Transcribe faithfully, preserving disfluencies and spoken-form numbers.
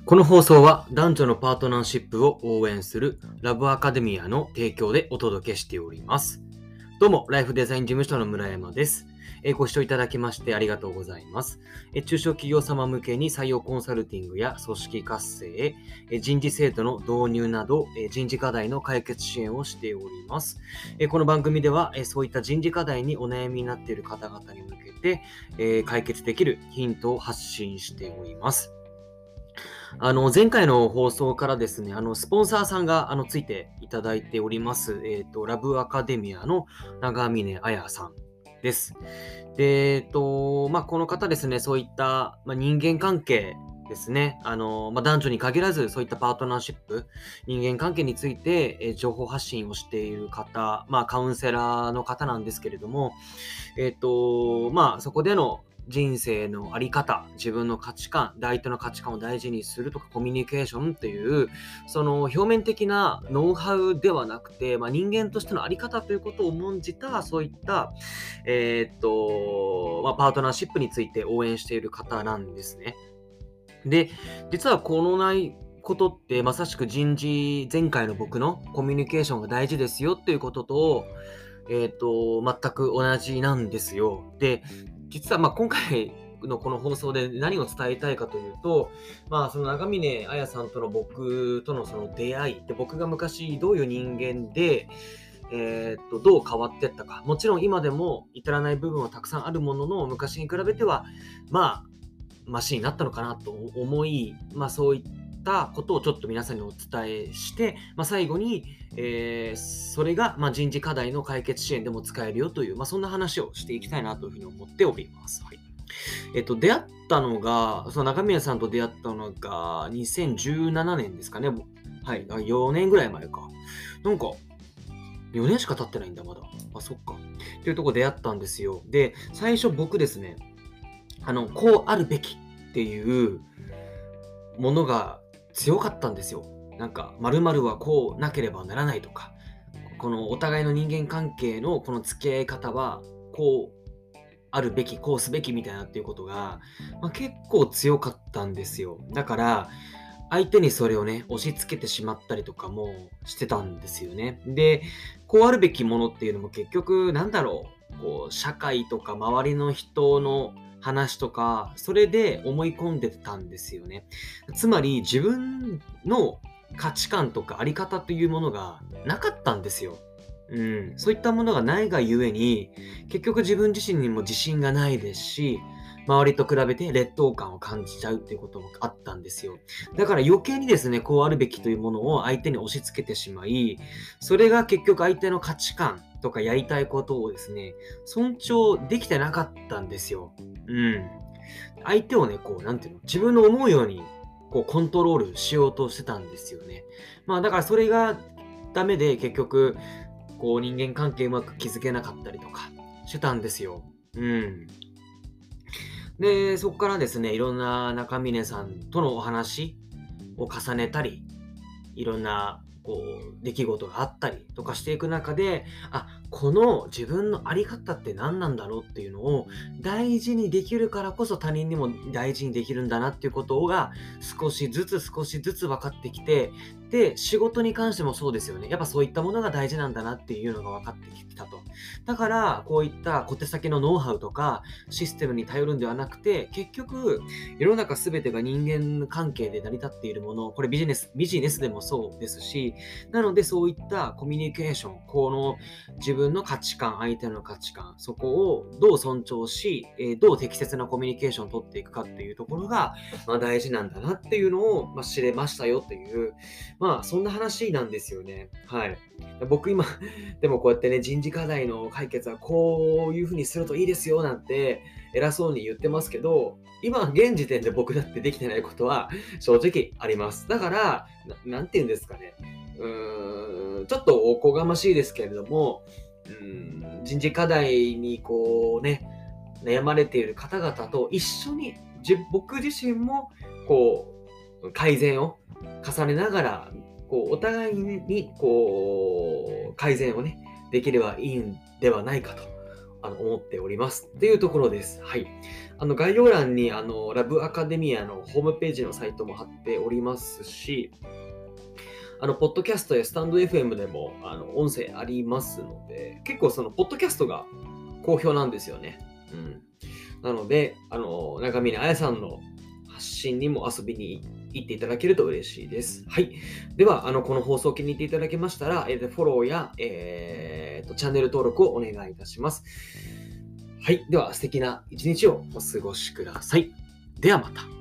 この放送は男女のパートナーシップを応援するラブアカデミアの提供でお届けしております。どうも、ライフデザイン事務所の村山です。えーご視聴いただきましてありがとうございます。えー中小企業様向けに採用コンサルティングや組織活性、えー人事制度の導入など、えー人事課題の解決支援をしております。えーこの番組では、えーそういった人事課題にお悩みになっている方々に向けて、えー解決できるヒントを発信しております。あの、前回の放送からですね、あの、スポンサーさんが、あの、ついていただいております、えっと、ラブアカデミアの長峰彩さんです。で、えっと、まあ、この方ですね、そういった、まあ、人間関係ですね、あの、まあ、男女に限らず、そういったパートナーシップ、人間関係について、えー情報発信をしている方、まあ、カウンセラーの方なんですけれども、えっと、まあ、そこでの人生のあり方、自分の価値観、で相手の価値観を大事にするとか、コミュニケーションっていう、その表面的なノウハウではなくて、まあ、人間としてのあり方ということを重んじた、そういった、えっと、まあ、パートナーシップについて応援している方なんですね。で、実はこのないことってまさしく人事、前回の僕のコミュニケーションが大事ですよっていうことと、えっと、全く同じなんですよ。で、実はまあ今回のこの放送で何を伝えたいかというと、まあその長峰彩さんとの僕とのその出会いで、僕が昔どういう人間で、えっと、どう変わっていったか。もちろん今でも至らない部分はたくさんあるものの、昔に比べては、まあ、マシになったのかなと思い、まあそういったことをちょっと皆さんにお伝えして、まあ最後に、えーそれが、まあ、人事課題の解決支援でも使えるよという、まあそんな話をしていきたいなというふうに思っております。はい。えっと、出会ったのが、その中宮さんと出会ったのがにせんじゅうななねんですかね。はい。あよねんぐらい前か。なんか、よねんしか経ってないんだ、まだ。あ、そっか。っていうところで出会ったんですよ。で、最初僕ですね、あの、こうあるべきっていうものが強かったんですよ。なんか、〇〇はこうなければならないとか、このお互いの人間関係のこの付き合い方は、こうあるべき、こうすべきみたいなっていうことが、まあ、結構強かったんですよ。だから、相手にそれをね、押し付けてしまったりとかもしてたんですよね。で、こうあるべきものっていうのも結局、なんだろう、こう、社会とか周りの人の話とか、それで思い込んでたんですよね。つまり、自分の価値観とかあり方というものがなかったんですよ。うん、そういったものがないがゆえに、結局自分自身にも自信がないですし、周りと比べて劣等感を感じちゃうっていうこともあったんですよ。だから余計にですね、こうあるべきというものを相手に押し付けてしまい、それが結局相手の価値観とかやりたいことをですね、尊重できてなかったんですよ。うん。相手をね、こう、なんていうの、自分の思うように、こう、コントロールしようとしてたんですよね。まあ、だからそれがダメで、結局、こう、人間関係うまく築けなかったりとかしてたんですよ。うん。で、そこからですね、いろんな中峰さんとのお話を重ねたり、いろんな、こう、出来事があったりとかしていく中で、あ、この自分のあり方って何なんだろうっていうのを大事にできるからこそ他人にも大事にできるんだなっていうことが少しずつ少しずつ分かってきて、で、仕事に関してもそうですよね。やっぱそういったものが大事なんだなっていうのが分かってきたと。だから、こういった小手先のノウハウとかシステムに頼るんではなくて、結局、世の中すべてが人間関係で成り立っているもの、これビジネス、ビジネスでもそうですし、なのでそういったコミュニケーション、この自分の価値観、相手の価値観、そこをどう尊重し、えーどう適切なコミュニケーションを取っていくかっていうところが、まあ、大事なんだなっていうのを、まあ、知れましたよっていう、まあそんな話なんですよね。はい。僕今、でもこうやってね、人事課題の解決はこういうふうにするといいですよなんて偉そうに言ってますけど、今現時点で僕だってできてないことは正直あります。だから、な、なんて言うんですかね。うーん、ちょっとおこがましいですけれども、うーん、人事課題にこうね、悩まれている方々と一緒に、じ僕自身もこう、改善を重ねながら、こう、お互いに、こう、改善をね、できればいいんではないかと、 あの思っております。というところです。はい。あの概要欄にあのラブアカデミアのホームページのサイトも貼っておりますし、あの、ポッドキャストやスタンド エフエム でも、あの、音声ありますので、結構その、ポッドキャストが好評なんですよね。うん。なので、あの、中峰彩さんの発信にも遊びに行っていただけると嬉しいです。はい。では、あの、この放送を気に入っていただけましたら、えー、フォローや、えーと、チャンネル登録をお願いいたします。はい。では、素敵な一日をお過ごしください。ではまた。